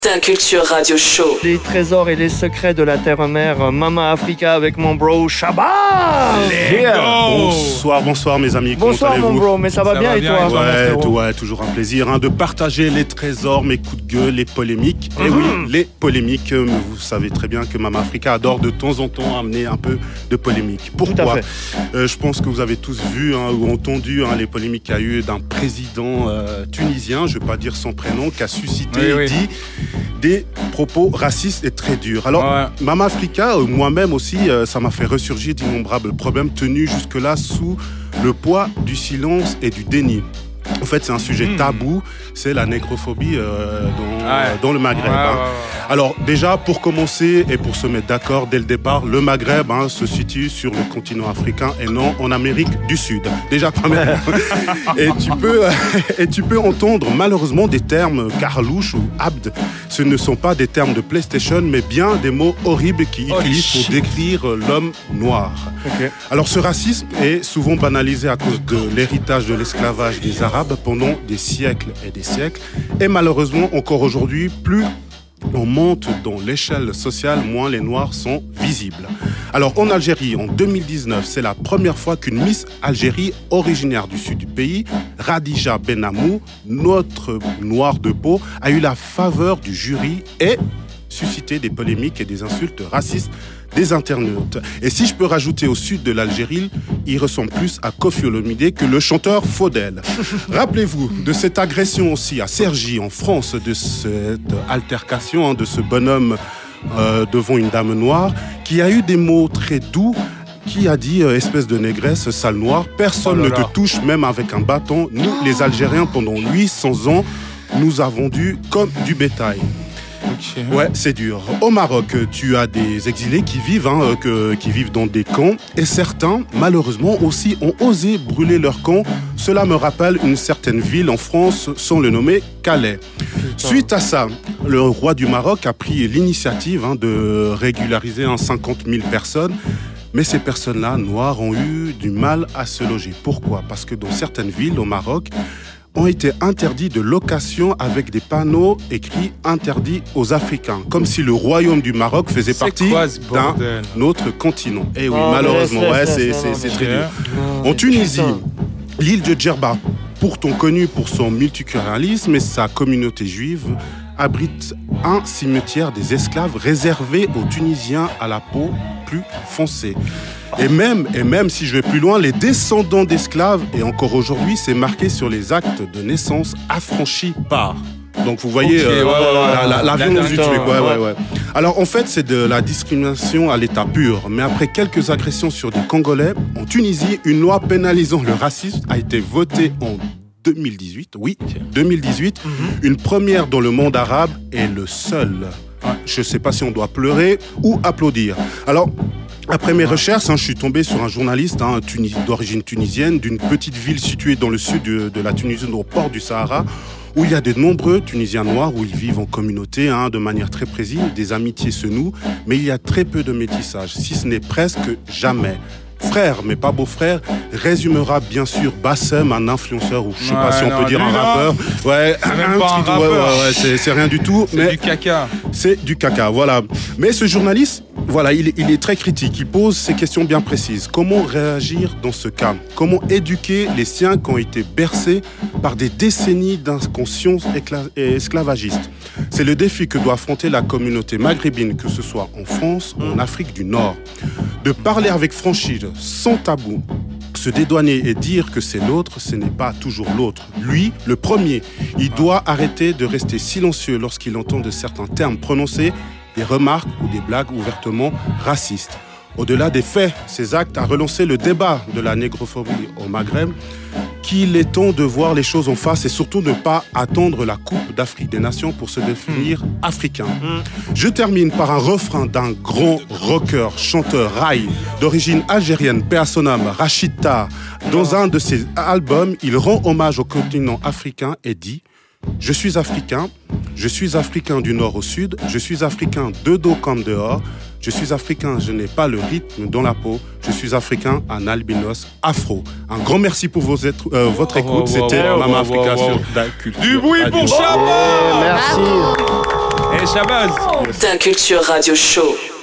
Ta culture radio show. Les trésors et les secrets de la terre-mère, Mama Africa avec mon bro Shabba. Bonsoir mes amis. Bonsoir mon bro, mais ça va bien et toi? Ouais, toujours un plaisir de partager les trésors, mes coups de gueule, les polémiques. Et oui, les polémiques, vous savez très bien que Mama Africa adore de temps en temps amener un peu de polémique. Pourquoi? Je pense que vous avez tous vu ou entendu les polémiques qu'il y a eu d'un président tunisien, je ne vais pas dire son prénom, qui a suscité, dit des propos racistes et très durs. Alors, Mama Africa, moi-même aussi, ça m'a fait ressurgir d'innombrables problèmes tenus jusque-là sous le poids du silence et du déni. En fait, c'est un sujet tabou, c'est la négrophobie dans le Maghreb. Alors, déjà, pour commencer et pour se mettre d'accord dès le départ, le Maghreb se situe sur le continent africain et non en Amérique du Sud. Déjà, premièrement. Et tu peux entendre malheureusement des termes carlouche ou abd. Ce ne sont pas des termes de PlayStation, mais bien des mots horribles qu'ils utilisent pour décrire l'homme noir. Okay. Alors, ce racisme est souvent banalisé à cause de l'héritage de l'esclavage des Arabes pendant des siècles et des siècles. Et malheureusement, encore aujourd'hui, plus on monte dans l'échelle sociale, moins les Noirs sont visibles. Alors en Algérie, en 2019, c'est la première fois qu'une Miss Algérie originaire du sud du pays, Radija Benamou, notre noire de peau, a eu la faveur du jury et suscité des polémiques et des insultes racistes des internautes. Et si je peux rajouter, au sud de l'Algérie, il ressemble plus à Koffi Olomidé que le chanteur Faudel. Rappelez-vous de cette agression aussi à Cergy en France, de cette altercation de ce bonhomme devant une dame noire, qui a eu des mots très doux, qui a dit espèce de négresse, sale noire, personne ne te touche même avec un bâton. Nous, les Algériens, pendant 800 ans, nous avons vendu comme du bétail. Okay. Ouais, c'est dur. Au Maroc, tu as des exilés qui vivent dans des camps et certains, malheureusement, aussi ont osé brûler leur camp. Cela me rappelle une certaine ville en France, sans le nommer, Calais. Suite à ça, le roi du Maroc a pris l'initiative de régulariser 50 000 personnes. Mais ces personnes-là, noires, ont eu du mal à se loger. Pourquoi? Parce que dans certaines villes au Maroc, ont été interdits de location avec des panneaux écrits « Interdits aux Africains », comme si le royaume du Maroc faisait partie d'un autre continent. Et oui, malheureusement, c'est très dur. En Tunisie, l'île de Djerba, pourtant connue pour son multiculturalisme et sa communauté juive, abrite un cimetière des esclaves réservé aux Tunisiens à la peau plus foncée. Et même si je vais plus loin, les descendants d'esclaves, et encore aujourd'hui, c'est marqué sur les actes de naissance affranchis par. Donc vous voyez la violence du truc. Ouais. Alors en fait, c'est de la discrimination à l'état pur. Mais après quelques agressions sur des Congolais, en Tunisie, une loi pénalisant le racisme a été votée en 2018. Oui, 2018. Une première dans le monde arabe et le seul. Je ne sais pas si on doit pleurer ou applaudir. Alors, après mes recherches, je suis tombé sur un journaliste d'origine tunisienne d'une petite ville située dans le sud de la Tunisie, au port du Sahara, où il y a de nombreux Tunisiens noirs, où ils vivent en communauté, de manière très précise, des amitiés se nouent, mais il y a très peu de métissage, si ce n'est presque jamais. Frère, mais pas beau-frère, résumera bien sûr Bassem, un influenceur, ou je sais pas si on peut dire un rappeur. Ouais, c'est même pas un rappeur. C'est rien du tout. C'est du caca. C'est du caca, voilà. Mais ce journaliste, il est très critique. Il pose ces questions bien précises. Comment réagir dans ce cas? Comment éduquer les siens qui ont été bercés par des décennies d'inconscience esclavagiste? C'est le défi que doit affronter la communauté maghrébine, que ce soit en France ou en Afrique du Nord. De parler avec franchise, sans tabou, se dédouaner et dire que c'est l'autre, ce n'est pas toujours l'autre. Lui, le premier, il doit arrêter de rester silencieux lorsqu'il entend de certains termes prononcés, des remarques ou des blagues ouvertement racistes. Au-delà des faits, ces actes a relancé le débat de la négrophobie au Maghreb, qu'il est temps de voir les choses en face et surtout ne pas attendre la Coupe d'Afrique des Nations pour se définir africain. Je termine par un refrain d'un grand rocker, chanteur raï d'origine algérienne, paix à son âme, Rachid Taha. Dans un de ses albums, il rend hommage au continent africain et dit « Je suis africain du nord au sud, je suis africain de dos comme dehors, je suis africain, je n'ai pas le rythme dans la peau, je suis africain, un albinos afro. » Un grand merci pour votre écoute, c'était Mama Africa sur Da Culture. Du bruit pour Shabba. Merci. Et Shabazz. D'un Culture Radio Show.